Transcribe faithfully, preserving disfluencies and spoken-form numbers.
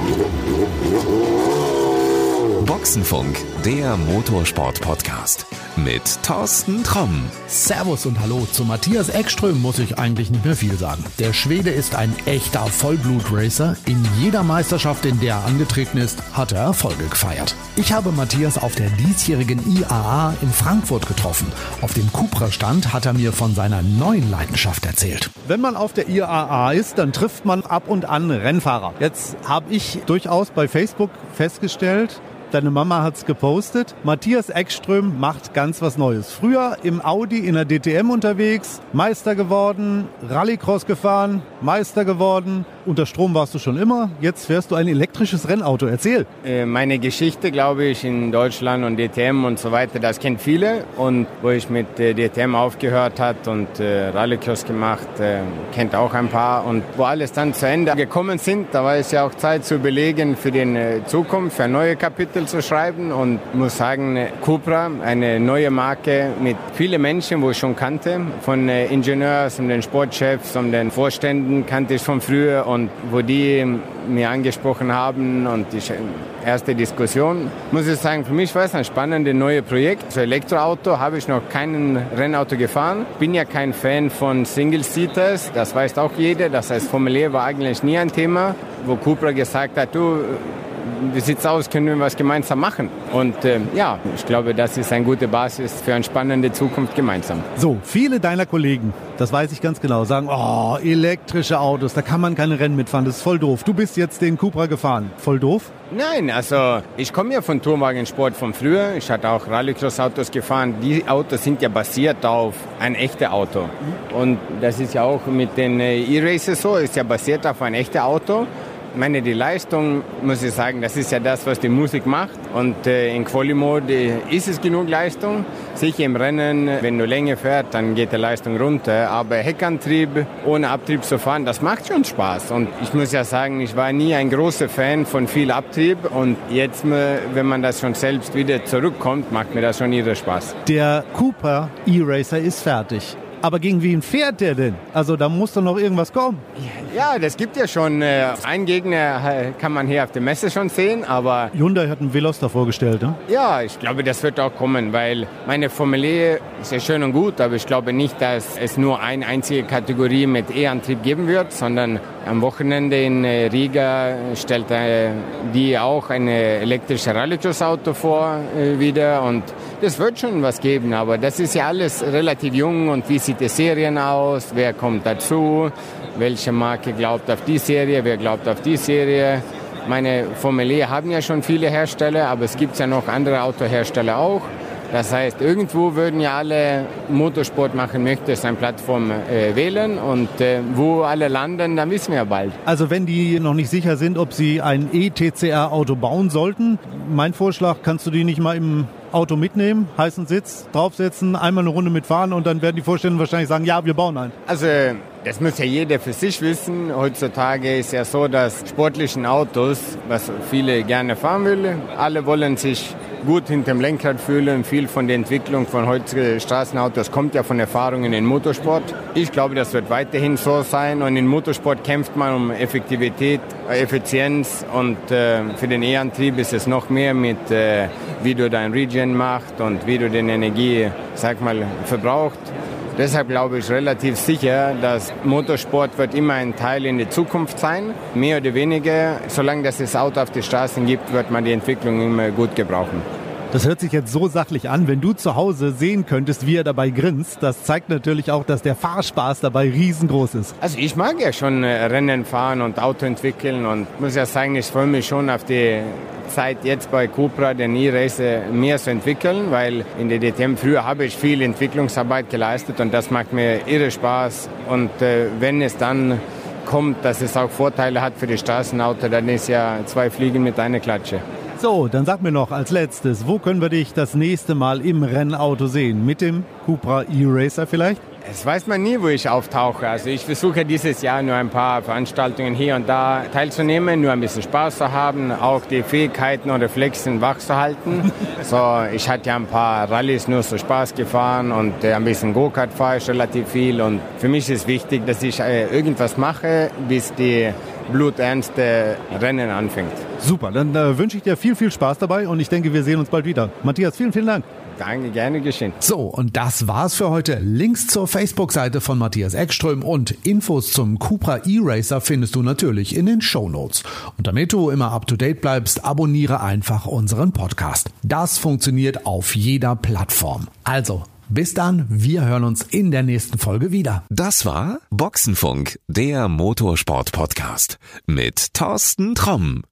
Boxenfunk, der Motorsport-Podcast mit Thorsten Tromm. Servus und Hallo. Zu Matthias Ekström muss ich eigentlich nicht mehr viel sagen. Der Schwede ist ein echter Vollblut-Racer. In jeder Meisterschaft, in der er angetreten ist, hat er Erfolge gefeiert. Ich habe Matthias auf der diesjährigen I A A in Frankfurt getroffen. Auf dem Cupra-Stand hat er mir von seiner neuen Leidenschaft erzählt. Wenn man auf der I A A ist, dann trifft man ab und an Rennfahrer. Jetzt habe ich durchaus bei Facebook festgestellt, deine Mama hat's gepostet. Matthias Ekström macht ganz was Neues. Früher im Audi in der D T M unterwegs, Meister geworden, Rallycross gefahren, Meister geworden. Unter Strom warst du schon immer. Jetzt fährst du ein elektrisches Rennauto. Erzähl. Meine Geschichte, glaube ich, in Deutschland und D T M und so weiter, das kennt viele. Und wo ich mit D T M aufgehört hat und äh, Rallycross gemacht, äh, kennt auch ein paar. Und wo alles dann zu Ende gekommen sind, da war es ja auch Zeit zu überlegen für die äh, Zukunft, für ein neues Kapitel zu schreiben. Und ich muss sagen, Cupra, eine neue Marke mit vielen Menschen, wo ich schon kannte, von äh, Ingenieurs und den Sportchefs und den Vorständen kannte ich von früher. Und wo die mir angesprochen haben und die erste Diskussion, muss ich sagen, für mich war es ein spannendes neues Projekt. Für Elektroauto habe ich noch kein Rennauto gefahren. Bin ja kein Fan von Single-Seaters, das weiß auch jeder. Das heißt, Formel E war eigentlich nie ein Thema, wo Cupra gesagt hat, du, wie sieht's aus, können wir was gemeinsam machen? Und äh, ja, ich glaube, das ist eine gute Basis für eine spannende Zukunft gemeinsam. So, viele deiner Kollegen, das weiß ich ganz genau, sagen, oh, elektrische Autos, da kann man keine Rennen mitfahren, das ist voll doof. Du bist jetzt den Cupra gefahren. Voll doof? Nein, also ich komme ja von Tourenwagensport von früher. Ich hatte auch Rallycross-Autos gefahren. Die Autos sind ja basiert auf ein echtes Auto. Und das ist ja auch mit den äh, E-Racers so, ist ja basiert auf ein echtes Auto. Ich meine, die Leistung, muss ich sagen, das ist ja das, was die Musik macht. Und äh, in Quali-Mode ist es genug Leistung. Sicher im Rennen, wenn du länger fährst, dann geht die Leistung runter. Aber Heckantrieb, ohne Abtrieb zu fahren, das macht schon Spaß. Und ich muss ja sagen, ich war nie ein großer Fan von viel Abtrieb. Und jetzt, wenn man das schon selbst wieder zurückkommt, macht mir das schon irre Spaß. Der Cupra E-Racer ist fertig. Aber gegen wen fährt der denn? Also da muss doch noch irgendwas kommen. Ja, das gibt ja schon. Äh, einen Gegner kann man hier auf der Messe schon sehen, aber... Hyundai hat einen Veloster vorgestellt, ne? Ja, ich glaube, das wird auch kommen, weil meine Formel E ist ja schön und gut, aber ich glaube nicht, dass es nur eine einzige Kategorie mit E-Antrieb geben wird, sondern am Wochenende in Riga stellt äh, die auch ein elektrisches Rallycross-Auto vor äh, wieder und das wird schon was geben, aber das ist ja alles relativ jung und wie sieht die Serien aus, wer kommt dazu, welche Marke glaubt auf die Serie, wer glaubt auf die Serie. Meine Formel E haben ja schon viele Hersteller, aber es gibt ja noch andere Autohersteller auch. Das heißt, irgendwo würden ja alle Motorsport machen möchten, eine Plattform äh, wählen und äh, wo alle landen, dann wissen wir ja bald. Also wenn die noch nicht sicher sind, ob sie ein E T C R-Auto bauen sollten, mein Vorschlag, kannst du die nicht mal im Auto mitnehmen, heißen Sitz, draufsetzen, einmal eine Runde mitfahren und dann werden die Vorstände wahrscheinlich sagen, ja, wir bauen einen. Also das muss ja jeder für sich wissen. Heutzutage ist ja so, dass sportlichen Autos, was viele gerne fahren wollen, alle wollen sich gut hinterm Lenkrad fühlen. Viel von der Entwicklung von heutigen Straßenautos kommt ja von Erfahrungen in Motorsport. Ich glaube, das wird weiterhin so sein. Und in Motorsport kämpft man um Effektivität, Effizienz. Und äh, für den E-Antrieb ist es noch mehr mit, äh, wie du dein Regen machst und wie du die Energie, sag mal, verbraucht. Deshalb glaube ich relativ sicher, dass Motorsport wird immer ein Teil in der Zukunft sein. Mehr oder weniger, solange es das Auto auf den Straßen gibt, wird man die Entwicklung immer gut gebrauchen. Das hört sich jetzt so sachlich an, wenn du zu Hause sehen könntest, wie er dabei grinst. Das zeigt natürlich auch, dass der Fahrspaß dabei riesengroß ist. Also ich mag ja schon Rennen fahren und Auto entwickeln und muss ja sagen, ich freue mich schon auf die Zeit jetzt bei Cupra, den E-Racer, mehr zu entwickeln, weil in der D T M früher habe ich viel Entwicklungsarbeit geleistet und das macht mir irre Spaß. Und äh, wenn es dann kommt, dass es auch Vorteile hat für die Straßenauto, dann ist ja zwei Fliegen mit einer Klatsche. So, dann sag mir noch als letztes, wo können wir dich das nächste Mal im Rennauto sehen? Mit dem Cupra E-Racer vielleicht? Es weiß man nie, wo ich auftauche. Also ich versuche dieses Jahr nur ein paar Veranstaltungen hier und da teilzunehmen, nur ein bisschen Spaß zu haben, auch die Fähigkeiten und Reflexen wach zu halten. So, ich hatte ja ein paar Rallyes nur so Spaß gefahren und äh, ein bisschen Go-Kart fahre ich relativ viel. Und für mich ist wichtig, dass ich äh, irgendwas mache, bis die bluternste Rennen anfängt. Super, dann äh, wünsche ich dir viel, viel Spaß dabei und ich denke, wir sehen uns bald wieder. Matthias, vielen, vielen Dank. Danke, gerne geschehen. So, und das war's für heute. Links zur Facebook-Seite von Matthias Ekström und Infos zum Cupra E-Racer findest du natürlich in den Shownotes. Und damit du immer up-to-date bleibst, abonniere einfach unseren Podcast. Das funktioniert auf jeder Plattform. Also, bis dann, wir hören uns in der nächsten Folge wieder. Das war Boxenfunk, der Motorsport-Podcast mit Thorsten Tromm.